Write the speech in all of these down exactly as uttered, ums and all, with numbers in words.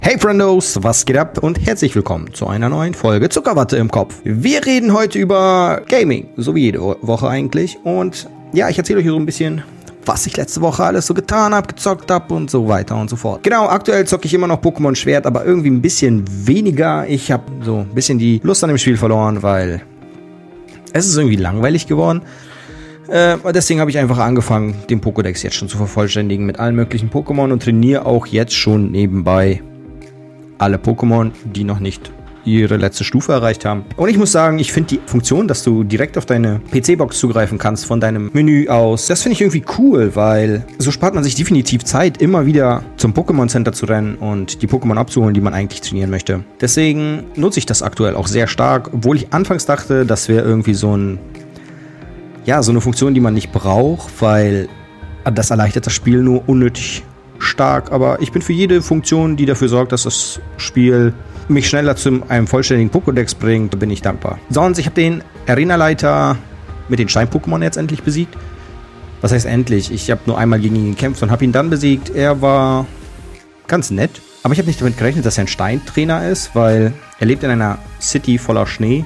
Hey Friendos, was geht ab und herzlich willkommen zu einer neuen Folge Zuckerwatte im Kopf. Wir reden heute über Gaming, so wie jede Woche eigentlich. Und ja, ich erzähle euch so ein bisschen, was ich letzte Woche alles so getan habe, gezockt habe und so weiter und so fort. Genau, aktuell zocke ich immer noch Pokémon Schwert, aber irgendwie ein bisschen weniger. Ich habe so ein bisschen die Lust an dem Spiel verloren, weil es ist irgendwie langweilig geworden. Äh, deswegen habe ich einfach angefangen, den Pokédex jetzt schon zu vervollständigen mit allen möglichen Pokémon und trainiere auch jetzt schon nebenbei alle Pokémon, die noch nicht ihre letzte Stufe erreicht haben. Und ich muss sagen, ich finde die Funktion, dass du direkt auf deine P C-Box zugreifen kannst von deinem Menü aus, das finde ich irgendwie cool, weil so spart man sich definitiv Zeit, immer wieder zum Pokémon Center zu rennen und die Pokémon abzuholen, die man eigentlich trainieren möchte. Deswegen nutze ich das aktuell auch sehr stark, obwohl ich anfangs dachte, das wäre irgendwie so ein, ja, so eine Funktion, die man nicht braucht, weil das erleichtert das Spiel nur unnötig stark, aber ich bin für jede Funktion, die dafür sorgt, dass das Spiel mich schneller zu einem vollständigen Pokédex bringt, bin ich dankbar. Sonst, ich habe den Arena-Leiter mit den Stein-Pokémon jetzt endlich besiegt. Was heißt endlich? Ich habe nur einmal gegen ihn gekämpft und habe ihn dann besiegt. Er war ganz nett, aber ich habe nicht damit gerechnet, dass er ein Steintrainer ist, weil er lebt in einer City voller Schnee.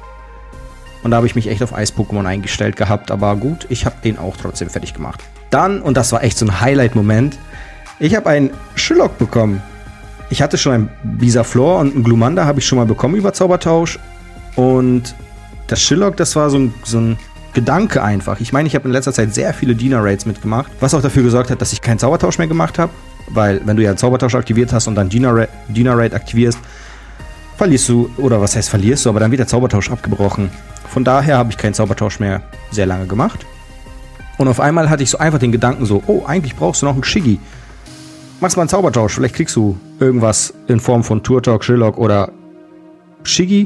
Und da habe ich mich echt auf Eis-Pokémon eingestellt gehabt, aber gut, ich habe den auch trotzdem fertig gemacht. Dann, und das war echt so ein Highlight-Moment, ich habe einen Shillock bekommen. Ich hatte schon einen Bisaflor und einen Glumanda habe ich schon mal bekommen über Zaubertausch. Und das Shillock, das war so ein, so ein Gedanke einfach. Ich meine, ich habe in letzter Zeit sehr viele Dina-Raids mitgemacht, was auch dafür gesorgt hat, dass ich keinen Zaubertausch mehr gemacht habe. Weil, wenn du ja einen Zaubertausch aktiviert hast und dann Dina-Raid aktivierst, verlierst du, oder was heißt verlierst du, aber dann wird der Zaubertausch abgebrochen. Von daher habe ich keinen Zaubertausch mehr sehr lange gemacht. Und auf einmal hatte ich so einfach den Gedanken so, oh, eigentlich brauchst du noch einen Shiggy. Machst mal einen Zaubertausch, vielleicht kriegst du irgendwas in Form von Turtok, Shillock oder Shiggy.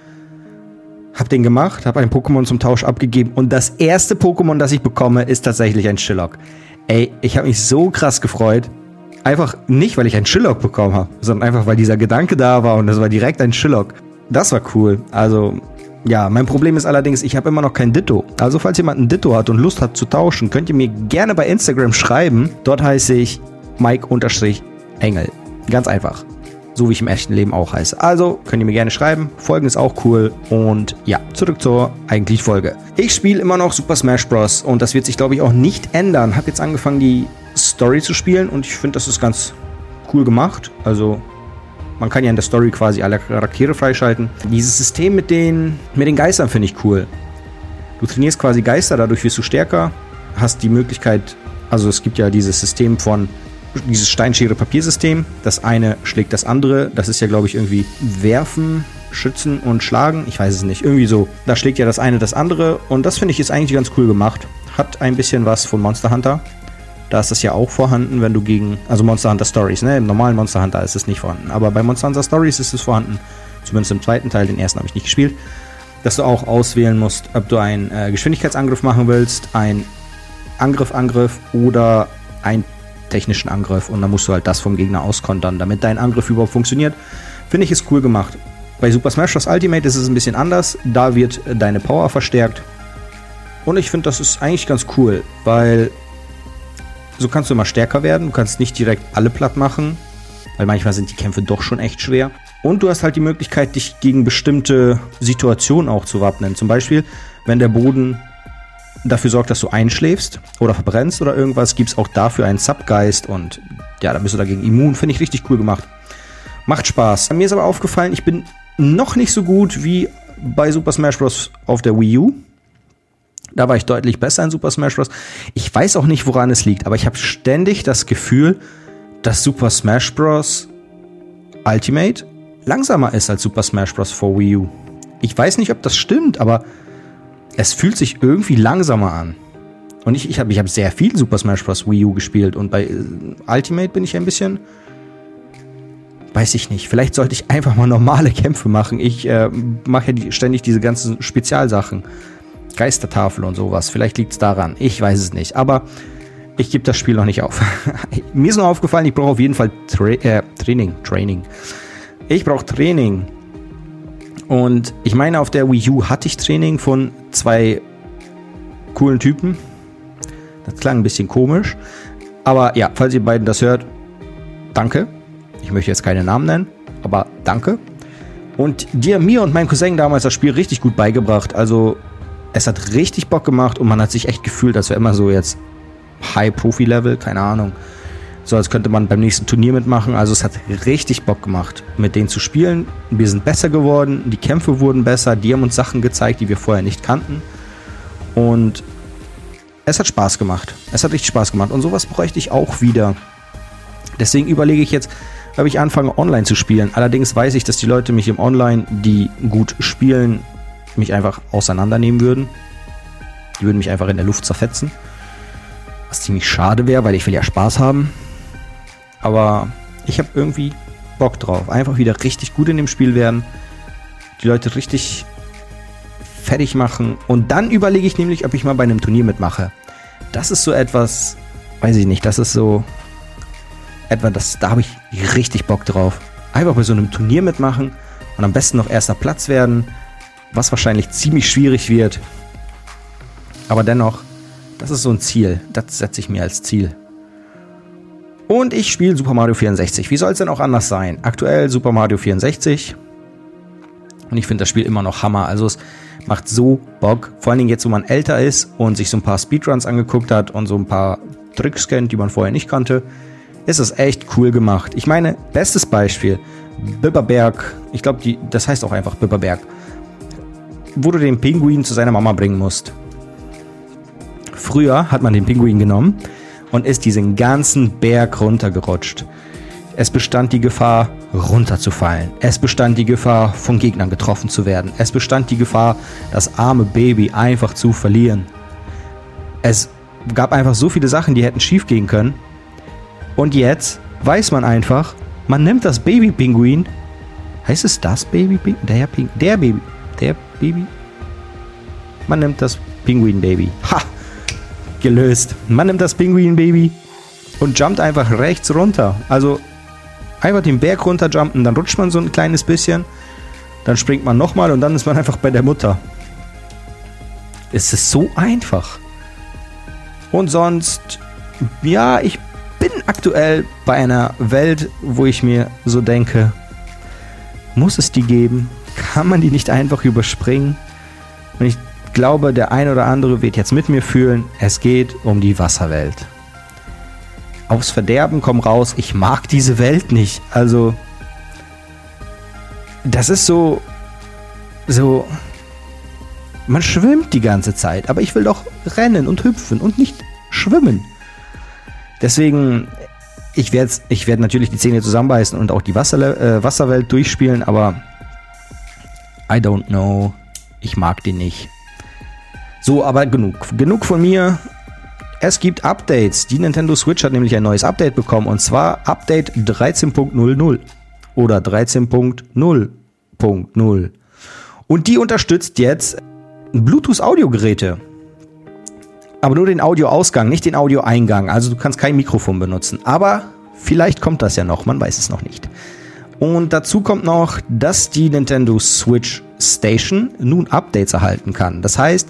Hab den gemacht, hab ein Pokémon zum Tausch abgegeben und das erste Pokémon, das ich bekomme, ist tatsächlich ein Shillock. Ey, ich habe mich so krass gefreut. Einfach nicht, weil ich einen Shillock bekommen habe, sondern einfach, weil dieser Gedanke da war und das war direkt ein Shillock. Das war cool. Also, ja, mein Problem ist allerdings, ich habe immer noch kein Ditto. Also, falls jemand ein Ditto hat und Lust hat zu tauschen, könnt ihr mir gerne bei Instagram schreiben. Dort heiße ich Mike-Engel. Ganz einfach. So wie ich im echten Leben auch heiße. Also könnt ihr mir gerne schreiben. Folgen ist auch cool. Und ja, zurück zur eigentlichen Folge. Ich spiele immer noch Super Smash Bros. Und das wird sich, glaube ich, auch nicht ändern. Hab jetzt angefangen, die Story zu spielen. Und ich finde, das ist ganz cool gemacht. Also man kann ja in der Story quasi alle Charaktere freischalten. Dieses System mit den, mit den Geistern finde ich cool. Du trainierst quasi Geister, dadurch wirst du stärker. Hast die Möglichkeit, also es gibt ja dieses System von dieses Steinschere-Papier-System. Das eine schlägt das andere. Das ist ja, glaube ich, irgendwie werfen, schützen und schlagen. Ich weiß es nicht. Irgendwie so. Da schlägt ja das eine das andere. Und das finde ich ist eigentlich ganz cool gemacht. Hat ein bisschen was von Monster Hunter. Da ist das ja auch vorhanden, wenn du gegen, also Monster Hunter Stories, ne? Im normalen Monster Hunter ist es nicht vorhanden. Aber bei Monster Hunter Stories ist es vorhanden. Zumindest im zweiten Teil. Den ersten habe ich nicht gespielt. Dass du auch auswählen musst, ob du einen äh, Geschwindigkeitsangriff machen willst, einen Angriff, Angriff oder ein technischen Angriff und dann musst du halt das vom Gegner auskontern, damit dein Angriff überhaupt funktioniert. Finde ich, ist cool gemacht. Bei Super Smash Bros. Ultimate ist es ein bisschen anders. Da wird deine Power verstärkt. Und ich finde, das ist eigentlich ganz cool, weil so kannst du immer stärker werden. Du kannst nicht direkt alle platt machen, weil manchmal sind die Kämpfe doch schon echt schwer. Und du hast halt die Möglichkeit, dich gegen bestimmte Situationen auch zu wappnen. Zum Beispiel, wenn der Boden dafür sorgt, dass du einschläfst oder verbrennst oder irgendwas, gibt es auch dafür einen Subgeist und ja, dann bist du dagegen immun. Finde ich richtig cool gemacht. Macht Spaß. Mir ist aber aufgefallen, ich bin noch nicht so gut wie bei Super Smash Bros. Auf der Wii U. Da war ich deutlich besser in Super Smash Bros. Ich weiß auch nicht, woran es liegt, aber ich habe ständig das Gefühl, dass Super Smash Bros. Ultimate langsamer ist als Super Smash Bros. Für Wii U. Ich weiß nicht, ob das stimmt, aber es fühlt sich irgendwie langsamer an. Und ich, ich habe ich hab sehr viel Super Smash Bros. Wii U gespielt. Und bei äh, Ultimate bin ich ein bisschen, weiß ich nicht, vielleicht sollte ich einfach mal normale Kämpfe machen. Ich äh, mache ja die, ständig diese ganzen Spezialsachen. Geistertafel und sowas. Vielleicht liegt es daran. Ich weiß es nicht. Aber ich gebe das Spiel noch nicht auf. Mir ist nur aufgefallen, ich brauche auf jeden Fall Tra- äh, Training. Training. Ich brauche Training. Und ich meine, auf der Wii U hatte ich Training von zwei coolen Typen. Das klang ein bisschen komisch. Aber ja, falls ihr beiden das hört, danke. Ich möchte jetzt keine Namen nennen, aber danke. Und dir, mir und meinem Cousin damals das Spiel richtig gut beigebracht. Also es hat richtig Bock gemacht und man hat sich echt gefühlt, als wäre immer so jetzt High-Profi-Level, keine Ahnung. So als könnte man beim nächsten Turnier mitmachen. Also es hat richtig Bock gemacht, mit denen zu spielen. Wir sind besser geworden, die Kämpfe wurden besser, die haben uns Sachen gezeigt, die wir vorher nicht kannten. Und es hat Spaß gemacht. Es hat richtig Spaß gemacht. Und sowas bräuchte ich auch wieder. Deswegen überlege ich jetzt, ob ich anfange, online zu spielen. Allerdings weiß ich, dass die Leute mich im Online, die gut spielen, mich einfach auseinandernehmen würden. Die würden mich einfach in der Luft zerfetzen. Was ziemlich schade wäre, weil ich will ja Spaß haben. Aber ich habe irgendwie Bock drauf. Einfach wieder richtig gut in dem Spiel werden. Die Leute richtig fertig machen. Und dann überlege ich nämlich, ob ich mal bei einem Turnier mitmache. Das ist so etwas, weiß ich nicht, das ist so etwa, das, da habe ich richtig Bock drauf. Einfach bei so einem Turnier mitmachen und am besten noch erster Platz werden, was wahrscheinlich ziemlich schwierig wird. Aber dennoch, das ist so ein Ziel. Das setze ich mir als Ziel. Und ich spiele Super Mario vierundsechzig. Wie soll es denn auch anders sein? Aktuell Super Mario vierundsechzig. Und ich finde das Spiel immer noch Hammer. Also es macht so Bock. Vor allen Dingen jetzt, wo man älter ist und sich so ein paar Speedruns angeguckt hat und so ein paar Tricks kennt, die man vorher nicht kannte, ist es echt cool gemacht. Ich meine, bestes Beispiel, Bibberberg. Ich glaube, das heißt auch einfach Bibberberg. Wo du den Pinguin zu seiner Mama bringen musst. Früher hat man den Pinguin genommen und ist diesen ganzen Berg runtergerutscht. Es bestand die Gefahr, runterzufallen. Es bestand die Gefahr, von Gegnern getroffen zu werden. Es bestand die Gefahr, das arme Baby einfach zu verlieren. Es gab einfach so viele Sachen, die hätten schief gehen können. Und jetzt weiß man einfach, man nimmt das Baby-Pinguin. Heißt es das Baby-Pinguin? Der Pinguin? Der Baby. Der Baby? Man nimmt das Pinguin-Baby. Ha! Gelöst. Man nimmt das Pinguin-Baby und jumpt einfach rechts runter. Also einfach den Berg runterjumpen, dann rutscht man so ein kleines bisschen, dann springt man nochmal und dann ist man einfach bei der Mutter. Es ist so einfach. Und sonst, ja, ich bin aktuell bei einer Welt, wo ich mir so denke, muss es die geben? Kann man die nicht einfach überspringen? Und ich glaube, der ein oder andere wird jetzt mit mir fühlen, es geht um die Wasserwelt. Aufs Verderben komm raus, ich mag diese Welt nicht. Also, das ist so, so, man schwimmt die ganze Zeit, aber ich will doch rennen und hüpfen und nicht schwimmen. Deswegen, ich werde ich werd natürlich die Zähne zusammenbeißen und auch die Wasser, äh, Wasserwelt durchspielen, aber I don't know, ich mag die nicht. So, aber genug. Genug von mir. Es gibt Updates. Die Nintendo Switch hat nämlich ein neues Update bekommen. Und zwar Update dreizehn Punkt null null. Oder dreizehn Punkt null Punkt null. Und die unterstützt jetzt Bluetooth-Audiogeräte. Aber nur den Audioausgang, nicht den Audioeingang. Also du kannst kein Mikrofon benutzen. Aber vielleicht kommt das ja noch. Man weiß es noch nicht. Und dazu kommt noch, dass die Nintendo Switch Station nun Updates erhalten kann. Das heißt,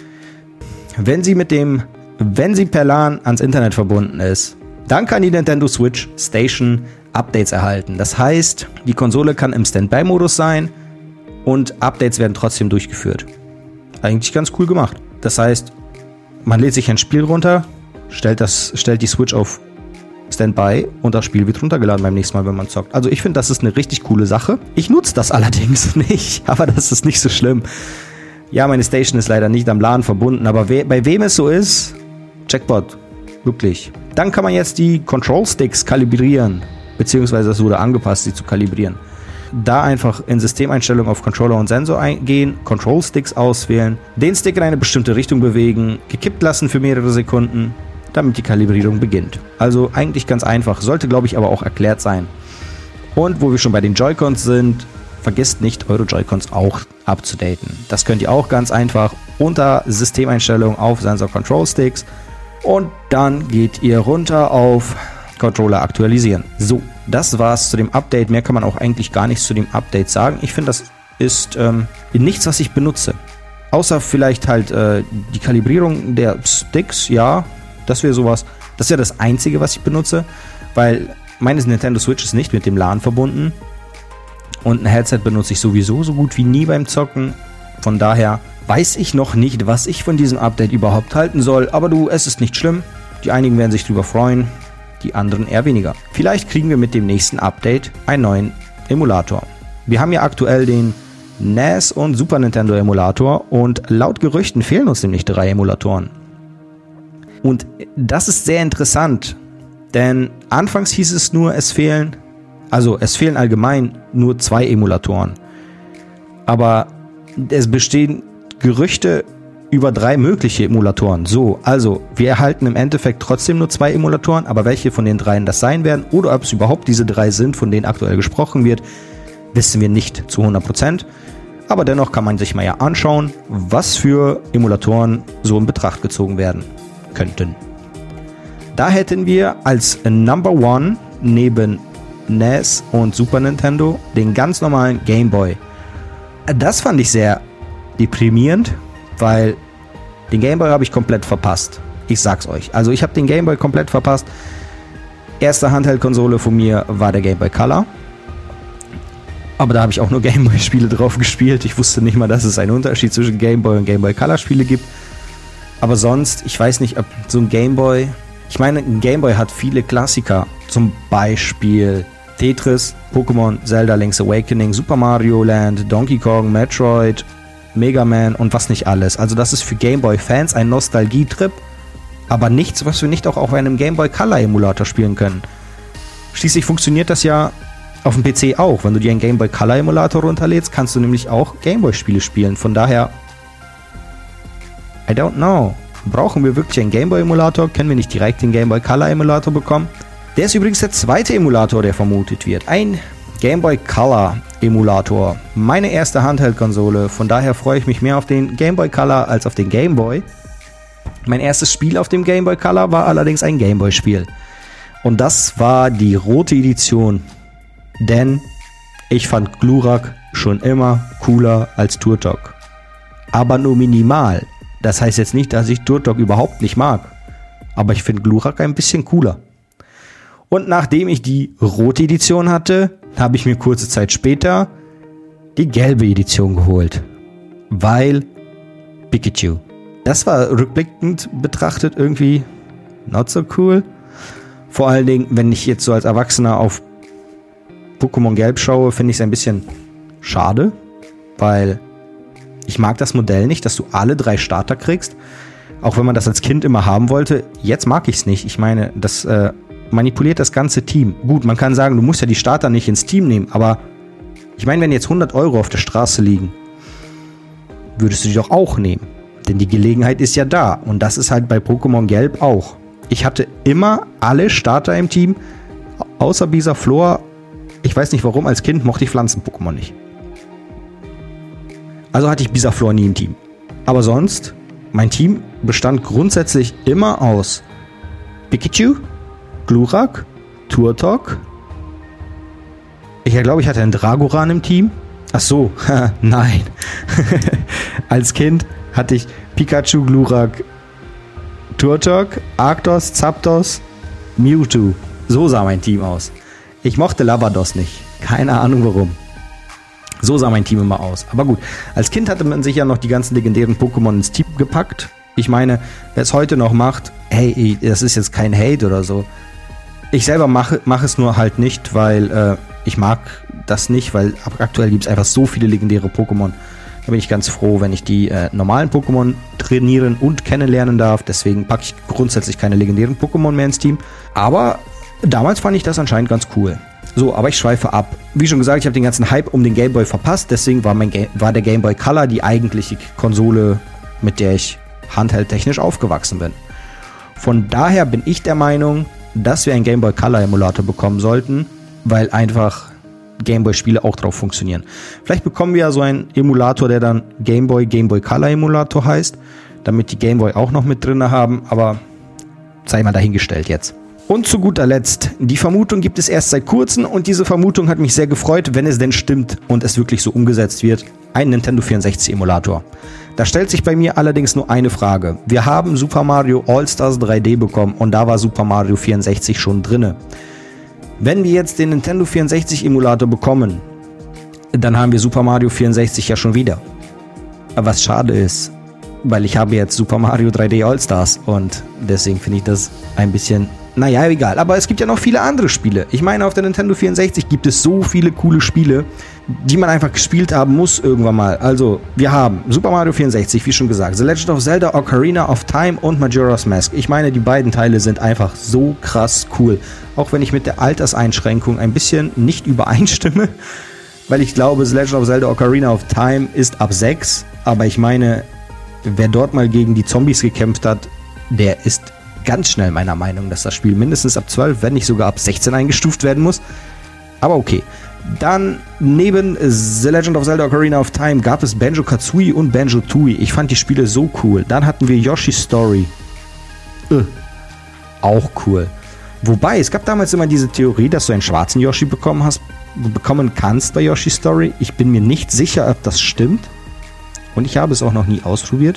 wenn sie mit dem, wenn sie per LAN ans Internet verbunden ist, dann kann die Nintendo Switch Station Updates erhalten. Das heißt, die Konsole kann im Standby-Modus sein und Updates werden trotzdem durchgeführt. Eigentlich ganz cool gemacht. Das heißt, man lädt sich ein Spiel runter, stellt, das, stellt die Switch auf Standby und das Spiel wird runtergeladen beim nächsten Mal, wenn man zockt. Also ich finde, das ist eine richtig coole Sache. Ich nutze das allerdings nicht, aber das ist nicht so schlimm. Ja, meine Station ist leider nicht am LAN verbunden, aber we- bei wem es so ist, Jackpot, wirklich. Dann kann man jetzt die Control Sticks kalibrieren, beziehungsweise es wurde angepasst, sie zu kalibrieren. Da einfach in Systemeinstellungen auf Controller und Sensor eingehen, Control Sticks auswählen, den Stick in eine bestimmte Richtung bewegen, gekippt lassen für mehrere Sekunden, damit die Kalibrierung beginnt. Also eigentlich ganz einfach, sollte glaube ich aber auch erklärt sein. Und wo wir schon bei den Joy-Cons sind, vergesst nicht, eure Joy-Cons auch abzudaten. Das könnt ihr auch ganz einfach unter Systemeinstellungen auf Sensor Control Sticks und dann geht ihr runter auf Controller aktualisieren. So, das war's zu dem Update. Mehr kann man auch eigentlich gar nichts zu dem Update sagen. Ich finde, das ist ähm, nichts, was ich benutze. Außer vielleicht halt äh, die Kalibrierung der Sticks, ja, das wäre sowas. Das wäre das Einzige, was ich benutze, weil meine Nintendo Switch ist nicht mit dem LAN verbunden. Und ein Headset benutze ich sowieso so gut wie nie beim Zocken. Von daher weiß ich noch nicht, was ich von diesem Update überhaupt halten soll. Aber du, es ist nicht schlimm. Die einigen werden sich drüber freuen, die anderen eher weniger. Vielleicht kriegen wir mit dem nächsten Update einen neuen Emulator. Wir haben ja aktuell den N E S und Super Nintendo Emulator und laut Gerüchten fehlen uns nämlich drei Emulatoren. Und das ist sehr interessant, denn anfangs hieß es nur, es fehlen, also es fehlen allgemein nur zwei Emulatoren. Aber es bestehen Gerüchte über drei mögliche Emulatoren. So, also wir erhalten im Endeffekt trotzdem nur zwei Emulatoren, aber welche von den dreien das sein werden oder ob es überhaupt diese drei sind, von denen aktuell gesprochen wird, wissen wir nicht zu hundert Prozent. Aber dennoch kann man sich mal ja anschauen, was für Emulatoren so in Betracht gezogen werden könnten. Da hätten wir als Number One neben N E S und Super Nintendo den ganz normalen Game Boy. Das fand ich sehr deprimierend, weil den Game Boy habe ich komplett verpasst. Ich sag's euch. Also ich habe den Game Boy komplett verpasst. Erste Handheld-Konsole von mir war der Game Boy Color. Aber da habe ich auch nur Game Boy Spiele drauf gespielt. Ich wusste nicht mal, dass es einen Unterschied zwischen Game Boy und Game Boy Color Spiele gibt. Aber sonst, ich weiß nicht, ob so ein Game Boy... Ich meine, ein Game Boy hat viele Klassiker. Zum Beispiel Tetris, Pokémon, Zelda Link's Awakening, Super Mario Land, Donkey Kong, Metroid, Mega Man und was nicht alles. Also das ist für Game Boy Fans ein Nostalgietrip, aber nichts, was wir nicht auch auf einem Game Boy Color Emulator spielen können. Schließlich funktioniert das ja auf dem P C auch. Wenn du dir einen Game Boy Color Emulator runterlädst, kannst du nämlich auch Game Boy Spiele spielen. Von daher, I don't know. Brauchen wir wirklich einen Game Boy Emulator? Können wir nicht direkt den Game Boy Color Emulator bekommen? Der ist übrigens der zweite Emulator, der vermutet wird. Ein Game Boy Color Emulator. Meine erste Handheld-Konsole. Von daher freue ich mich mehr auf den Game Boy Color als auf den Game Boy. Mein erstes Spiel auf dem Game Boy Color war allerdings ein Game Boy Spiel. Und das war die rote Edition. Denn ich fand Glurak schon immer cooler als Turtok. Aber nur minimal. Das heißt jetzt nicht, dass ich Turtok überhaupt nicht mag. Aber ich finde Glurak ein bisschen cooler. Und nachdem ich die rote Edition hatte, habe ich mir kurze Zeit später die gelbe Edition geholt. Weil Pikachu. Das war rückblickend betrachtet irgendwie not so cool. Vor allen Dingen, wenn ich jetzt so als Erwachsener auf Pokémon Gelb schaue, finde ich es ein bisschen schade. Weil ich mag das Modell nicht, dass du alle drei Starter kriegst. Auch wenn man das als Kind immer haben wollte. Jetzt mag ich es nicht. Ich meine, das äh, manipuliert das ganze Team. Gut, man kann sagen, du musst ja die Starter nicht ins Team nehmen. Aber ich meine, wenn jetzt hundert Euro auf der Straße liegen, würdest du die doch auch nehmen. Denn die Gelegenheit ist ja da. Und das ist halt bei Pokémon Gelb auch. Ich hatte immer alle Starter im Team. Außer Bisaflor. Ich weiß nicht warum, als Kind mochte ich Pflanzen-Pokémon nicht. Also hatte ich Bisaflor nie im Team. Aber sonst, mein Team bestand grundsätzlich immer aus Pikachu, Glurak, Turtok. Ich glaube, ich hatte einen Dragoran im Team. Ach so, nein. Als Kind hatte ich Pikachu, Glurak, Turtok, Arctos, Zapdos, Mewtwo. So sah mein Team aus. Ich mochte Lavados nicht. Keine Ahnung warum. So sah mein Team immer aus. Aber gut, als Kind hatte man sich ja noch die ganzen legendären Pokémon ins Team gepackt. Ich meine, wer es heute noch macht, hey, das ist jetzt kein Hate oder so. Ich selber mache, mache es nur halt nicht, weil äh, ich mag das nicht, weil aktuell gibt es einfach so viele legendäre Pokémon. Da bin ich ganz froh, wenn ich die äh, normalen Pokémon trainieren und kennenlernen darf. Deswegen packe ich grundsätzlich keine legendären Pokémon mehr ins Team. Aber damals fand ich das anscheinend ganz cool. So, aber ich schweife ab. Wie schon gesagt, ich habe den ganzen Hype um den Game Boy verpasst. Deswegen war, mein Ga- war der Game Boy Color die eigentliche Konsole, mit der ich handheldtechnisch aufgewachsen bin. Von daher bin ich der Meinung, dass wir einen Game Boy Color Emulator bekommen sollten, weil einfach Game Boy Spiele auch drauf funktionieren. Vielleicht bekommen wir ja so einen Emulator, der dann Game Boy Game Boy Color Emulator heißt, damit die Game Boy auch noch mit drin haben, aber sei mal dahingestellt jetzt. Und zu guter Letzt, die Vermutung gibt es erst seit kurzem und diese Vermutung hat mich sehr gefreut, wenn es denn stimmt und es wirklich so umgesetzt wird, ein Nintendo vierundsechzig Emulator. Da stellt sich bei mir allerdings nur eine Frage. Wir haben Super Mario All-Stars drei D bekommen und da war Super Mario vierundsechzig schon drinne. Wenn wir jetzt den Nintendo vierundsechzig Emulator bekommen, dann haben wir Super Mario vierundsechzig ja schon wieder. Was schade ist, weil ich habe jetzt Super Mario drei D All-Stars und deswegen finde ich das ein bisschen, naja, egal. Aber es gibt ja noch viele andere Spiele. Ich meine, auf der Nintendo vierundsechzig gibt es so viele coole Spiele, die man einfach gespielt haben muss irgendwann mal. Also, wir haben Super Mario vierundsechzig, wie schon gesagt, The Legend of Zelda Ocarina of Time und Majora's Mask. Ich meine, die beiden Teile sind einfach so krass cool. Auch wenn ich mit der Alterseinschränkung ein bisschen nicht übereinstimme, weil ich glaube, The Legend of Zelda Ocarina of Time ist ab sechs, aber ich meine, wer dort mal gegen die Zombies gekämpft hat, der ist ganz schnell meiner Meinung, dass das Spiel mindestens ab zwölf, wenn nicht sogar ab sechzehn eingestuft werden muss. Aber okay. Dann neben The Legend of Zelda Ocarina of Time gab es Banjo-Kazooie und Banjo-Tooie. Ich fand die Spiele so cool. Dann hatten wir Yoshi's Story. Äh, auch cool. Wobei, es gab damals immer diese Theorie, dass du einen schwarzen Yoshi bekommen hast, bekommen kannst bei Yoshi's Story. Ich bin mir nicht sicher, ob das stimmt. Und ich habe es auch noch nie ausprobiert.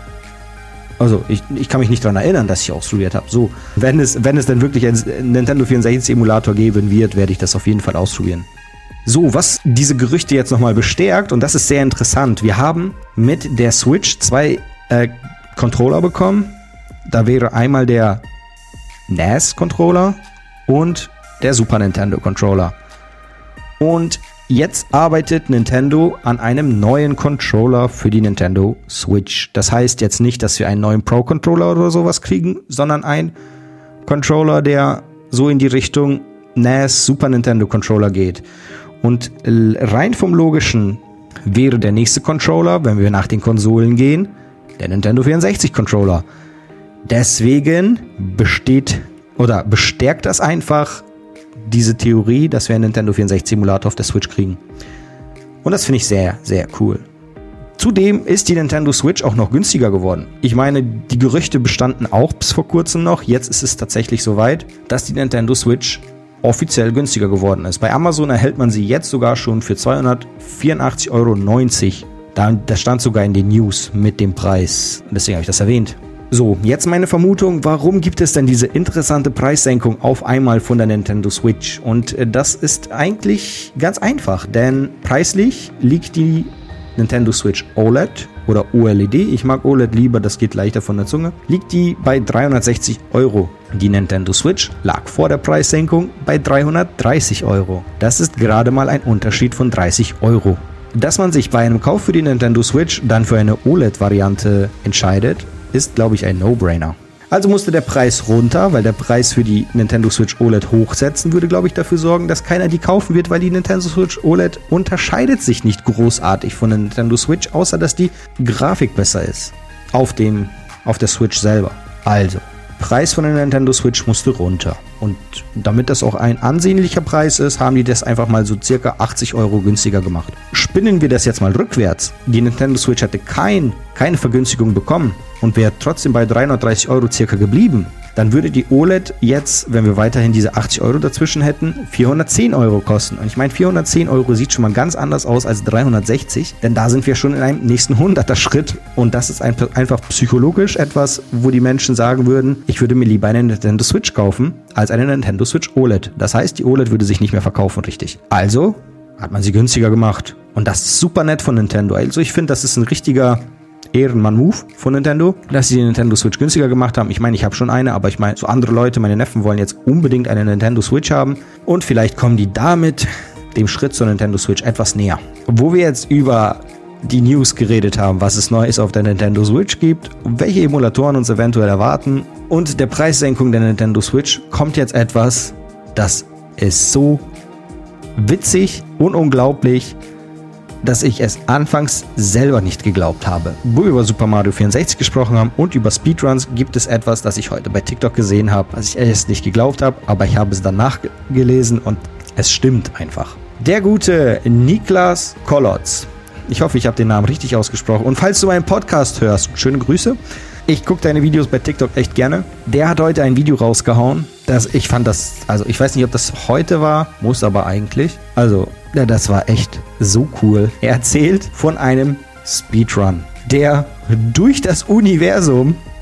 Also, ich, ich kann mich nicht daran erinnern, dass ich ausprobiert habe. So, wenn es, wenn es denn wirklich einen Nintendo vierundsechzig Emulator geben wird, werde ich das auf jeden Fall ausprobieren. So, was diese Gerüchte jetzt nochmal bestärkt, und das ist sehr interessant. Wir haben mit der Switch zwei äh, Controller bekommen. Da wäre einmal der N E S-Controller und der Super Nintendo-Controller. Und jetzt arbeitet Nintendo an einem neuen Controller für die Nintendo Switch. Das heißt jetzt nicht, dass wir einen neuen Pro-Controller oder sowas kriegen, sondern ein Controller, der so in die Richtung N E S Super Nintendo Controller geht. Und rein vom Logischen wäre der nächste Controller, wenn wir nach den Konsolen gehen, der Nintendo vierundsechzig Controller. Deswegen besteht oder bestärkt das einfach diese Theorie, dass wir einen Nintendo vierundsechzig Emulator auf der Switch kriegen. Und das finde ich sehr, sehr cool. Zudem ist die Nintendo Switch auch noch günstiger geworden. Ich meine, die Gerüchte bestanden auch bis vor kurzem noch. Jetzt ist es tatsächlich soweit, dass die Nintendo Switch offiziell günstiger geworden ist. Bei Amazon erhält man sie jetzt sogar schon für zweihundertvierundachtzig Euro neunzig. Das stand sogar in den News mit dem Preis. Deswegen habe ich das erwähnt. So, jetzt meine Vermutung, warum gibt es denn diese interessante Preissenkung auf einmal von der Nintendo Switch? Und das ist eigentlich ganz einfach, denn preislich liegt die Nintendo Switch O L E D oder O L E D, ich mag O L E D lieber, das geht leichter von der Zunge, liegt die bei dreihundertsechzig Euro. Die Nintendo Switch lag vor der Preissenkung bei dreihundertdreißig Euro. Das ist gerade mal ein Unterschied von dreißig Euro. Dass man sich bei einem Kauf für die Nintendo Switch dann für eine O L E D-Variante entscheidet, ist, glaube ich, ein No-Brainer. Also musste der Preis runter, weil der Preis für die Nintendo Switch O L E D hochsetzen würde, glaube ich, dafür sorgen, dass keiner die kaufen wird, weil die Nintendo Switch O L E D unterscheidet sich nicht großartig von der Nintendo Switch, außer dass die Grafik besser ist auf dem, auf der Switch selber. Also, Preis von der Nintendo Switch musste runter. Und damit das auch ein ansehnlicher Preis ist, haben die das einfach mal so circa achtzig Euro günstiger gemacht. Spinnen wir das jetzt mal rückwärts. Die Nintendo Switch hätte kein, keine Vergünstigung bekommen und wäre trotzdem bei dreihundertdreißig Euro circa geblieben. Dann würde die O L E D jetzt, wenn wir weiterhin diese achtzig Euro dazwischen hätten, vierhundertzehn Euro kosten. Und ich meine, vierhundertzehn Euro sieht schon mal ganz anders aus als dreihundertsechzig, denn da sind wir schon in einem nächsten hunderter Schritt. Und das ist ein, einfach psychologisch etwas, wo die Menschen sagen würden, ich würde mir lieber eine Nintendo Switch kaufen, als eine Nintendo Switch O L E D. Das heißt, die O L E D würde sich nicht mehr verkaufen, richtig. Also hat man sie günstiger gemacht. Und das ist super nett von Nintendo. Also ich finde, das ist ein richtiger Ehrenmann-Move von Nintendo, dass sie die Nintendo Switch günstiger gemacht haben. Ich meine, ich habe schon eine, aber ich meine, so andere Leute, meine Neffen wollen jetzt unbedingt eine Nintendo Switch haben und vielleicht kommen die damit dem Schritt zur Nintendo Switch etwas näher. Wo wir jetzt über die News geredet haben, was es Neues auf der Nintendo Switch gibt, welche Emulatoren uns eventuell erwarten und der Preissenkung der Nintendo Switch, kommt jetzt etwas, das ist so witzig und unglaublich, dass ich es anfangs selber nicht geglaubt habe. Wo wir über Super Mario vierundsechzig gesprochen haben und über Speedruns, gibt es etwas, das ich heute bei TikTok gesehen habe, was ich erst nicht geglaubt habe, aber ich habe es dann nachgelesen und es stimmt einfach. Der gute Niklas Kolotz, ich hoffe, ich habe den Namen richtig ausgesprochen, und falls du meinen Podcast hörst, schöne Grüße. Ich gucke deine Videos bei TikTok echt gerne. Der hat heute ein Video rausgehauen, das ich fand das, also ich weiß nicht, ob das heute war, muss aber eigentlich. Also, ja, das war echt so cool. Er erzählt von einem Speedrun, der durch das Universum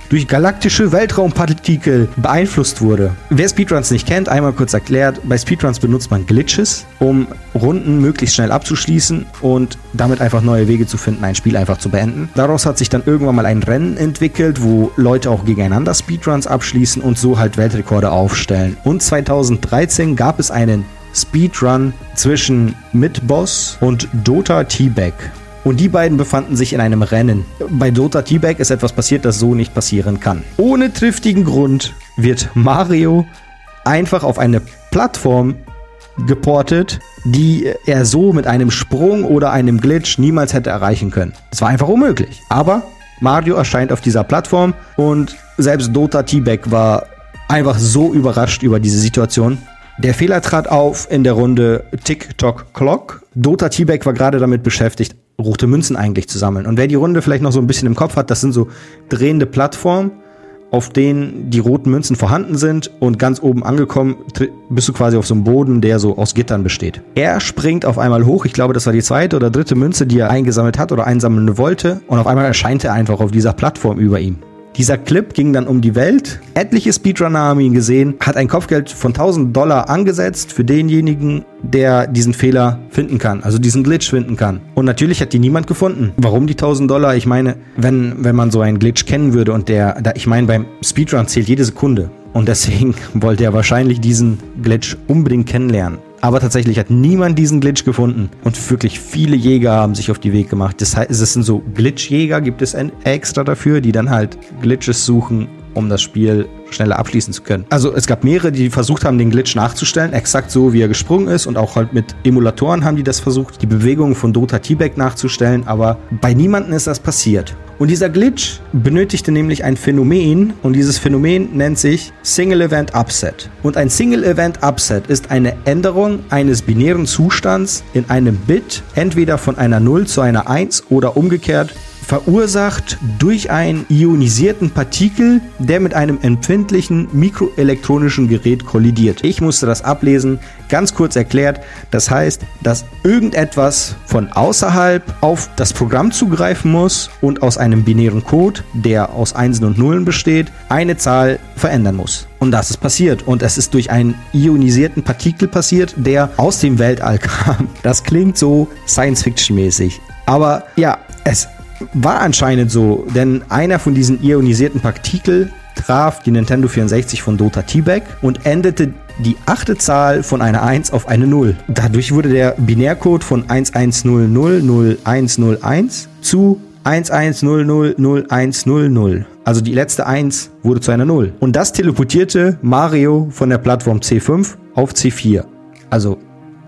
durch galaktische Weltraumpartikel beeinflusst wurde. Wer Speedruns nicht kennt, einmal kurz erklärt, bei Speedruns benutzt man Glitches, um Runden möglichst schnell abzuschließen und damit einfach neue Wege zu finden, ein Spiel einfach zu beenden. Daraus hat sich dann irgendwann mal ein Rennen entwickelt, wo Leute auch gegeneinander Speedruns abschließen und so halt Weltrekorde aufstellen. Und zweitausenddreizehn gab es einen Speedrun zwischen Midboss und Dota T-Bag. Und die beiden befanden sich in einem Rennen. Bei Dota T-Bag ist etwas passiert, das so nicht passieren kann. Ohne triftigen Grund wird Mario einfach auf eine Plattform geportet, die er so mit einem Sprung oder einem Glitch niemals hätte erreichen können. Es war einfach unmöglich. Aber Mario erscheint auf dieser Plattform und selbst Dota T-Bag war einfach so überrascht über diese Situation. Der Fehler trat auf in der Runde Tick-Tock-Clock. Dota T-Bag war gerade damit beschäftigt, rote Münzen eigentlich zu sammeln. Und wer die Runde vielleicht noch so ein bisschen im Kopf hat, das sind so drehende Plattformen, auf denen die roten Münzen vorhanden sind und ganz oben angekommen bist du quasi auf so einem Boden, der so aus Gittern besteht. Er springt auf einmal hoch, ich glaube, das war die zweite oder dritte Münze, die er eingesammelt hat oder einsammeln wollte und auf einmal erscheint er einfach auf dieser Plattform über ihm. Dieser Clip ging dann um die Welt. Etliche Speedrunner haben ihn gesehen, hat ein Kopfgeld von tausend Dollar angesetzt für denjenigen, der diesen Fehler finden kann, also diesen Glitch finden kann. Und natürlich hat die niemand gefunden. Warum die tausend Dollar? Ich meine, wenn, wenn man so einen Glitch kennen würde und der, da, ich meine, beim Speedrun zählt jede Sekunde. Und deswegen wollte er wahrscheinlich diesen Glitch unbedingt kennenlernen. Aber tatsächlich hat niemand diesen Glitch gefunden. Und wirklich viele Jäger haben sich auf die Weg gemacht. Das heißt, es sind so Glitch-Jäger, gibt es extra dafür, die dann halt Glitches suchen, um das Spiel schneller abschließen zu können. Also es gab mehrere, die versucht haben, den Glitch nachzustellen, exakt so, wie er gesprungen ist. Und auch halt mit Emulatoren haben die das versucht, die Bewegungen von Dota T-Bag nachzustellen. Aber bei niemandem ist das passiert. Und dieser Glitch benötigte nämlich ein Phänomen. Und dieses Phänomen nennt sich Single Event Upset. Und ein Single Event Upset ist eine Änderung eines binären Zustands in einem Bit, entweder von einer null zu einer eins oder umgekehrt, verursacht durch einen ionisierten Partikel, der mit einem empfindlichen mikroelektronischen Gerät kollidiert. Ich musste das ablesen, ganz kurz erklärt. Das heißt, dass irgendetwas von außerhalb auf das Programm zugreifen muss und aus einem binären Code, der aus Einsen und Nullen besteht, eine Zahl verändern muss. Und das ist passiert. Und es ist durch einen ionisierten Partikel passiert, der aus dem Weltall kam. Das klingt so Science-Fiction-mäßig. Aber ja, es war anscheinend so, denn einer von diesen ionisierten Partikel traf die Nintendo vierundsechzig von Dota T-Bag und änderte die achte Zahl von einer eins auf eine null. Dadurch wurde der Binärcode von eins eins null null null eins null eins zu eins eins null null null eins null null. Also die letzte eins wurde zu einer null. Und das teleportierte Mario von der Plattform C fünf auf C vier. Also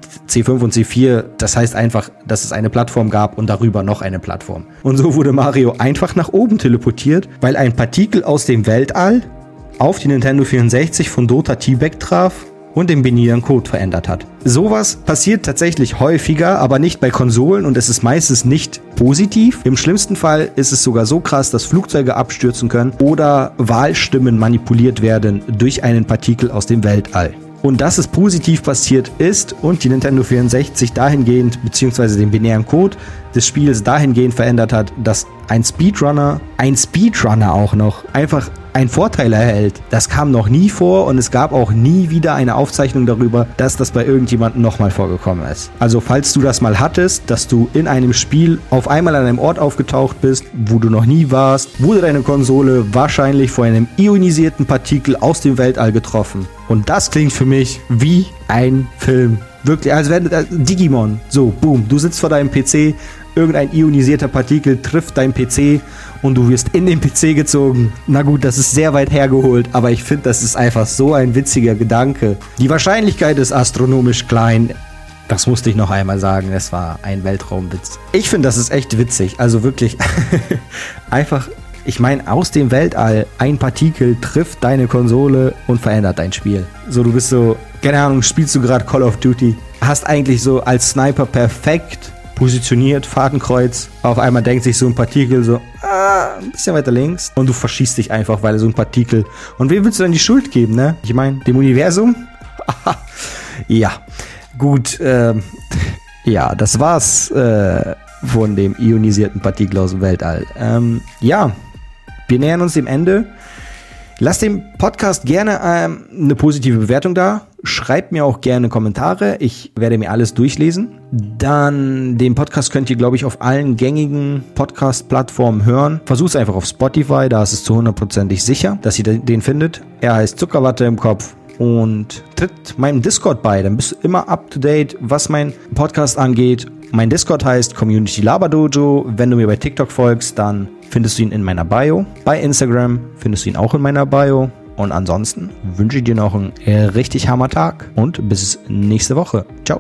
C fünf und C vier, das heißt einfach, dass es eine Plattform gab und darüber noch eine Plattform. Und so wurde Mario einfach nach oben teleportiert, weil ein Partikel aus dem Weltall auf die Nintendo vierundsechzig von Dota T-Bag traf und den binären Code verändert hat. Sowas passiert tatsächlich häufiger, aber nicht bei Konsolen und es ist meistens nicht positiv. Im schlimmsten Fall ist es sogar so krass, dass Flugzeuge abstürzen können oder Wahlstimmen manipuliert werden durch einen Partikel aus dem Weltall. Und dass es positiv passiert ist und die Nintendo vierundsechzig dahingehend, beziehungsweise den binären Code des Spiels dahingehend verändert hat, dass ein Speedrunner, ein Speedrunner auch noch, einfach einen Vorteil erhält. Das kam noch nie vor und es gab auch nie wieder eine Aufzeichnung darüber, dass das bei irgendjemandem nochmal vorgekommen ist. Also falls du das mal hattest, dass du in einem Spiel auf einmal an einem Ort aufgetaucht bist, wo du noch nie warst, wurde deine Konsole wahrscheinlich von einem ionisierten Partikel aus dem Weltall getroffen. Und das klingt für mich wie ein Film. Wirklich, als wäre äh, Digimon. So, boom, du sitzt vor deinem P C, irgendein ionisierter Partikel trifft deinen P C und du wirst in den P C gezogen. Na gut, das ist sehr weit hergeholt, aber ich finde, das ist einfach so ein witziger Gedanke. Die Wahrscheinlichkeit ist astronomisch klein. Das musste ich noch einmal sagen, es war ein Weltraumwitz. Ich finde, das ist echt witzig, also wirklich einfach... Ich meine, aus dem Weltall, ein Partikel trifft deine Konsole und verändert dein Spiel. So, du bist so, keine Ahnung, spielst du gerade Call of Duty, hast eigentlich so als Sniper perfekt positioniert, Fadenkreuz. Auf einmal denkt sich so ein Partikel so, ah, ein bisschen weiter links. Und du verschießt dich einfach, weil so ein Partikel... Und wem willst du dann die Schuld geben, ne? Ich meine, dem Universum? Ja, gut, ähm, ja, das war's äh, von dem ionisierten Partikel aus dem Weltall. Ähm, ja, wir nähern uns dem Ende. Lasst dem Podcast gerne ähm, eine positive Bewertung da. Schreibt mir auch gerne Kommentare. Ich werde mir alles durchlesen. Dann den Podcast könnt ihr, glaube ich, auf allen gängigen Podcast-Plattformen hören. Versucht es einfach auf Spotify, da ist es zu hundertprozentig sicher, dass ihr den findet. Er heißt Zuckerwatte im Kopf und tritt meinem Discord bei. Dann bist du immer up to date, was mein Podcast angeht. Mein Discord heißt Community Laber Dojo. Wenn du mir bei TikTok folgst, dann findest du ihn in meiner Bio. Bei Instagram findest du ihn auch in meiner Bio. Und ansonsten wünsche ich dir noch einen richtig Hammer Tag und bis nächste Woche. Ciao.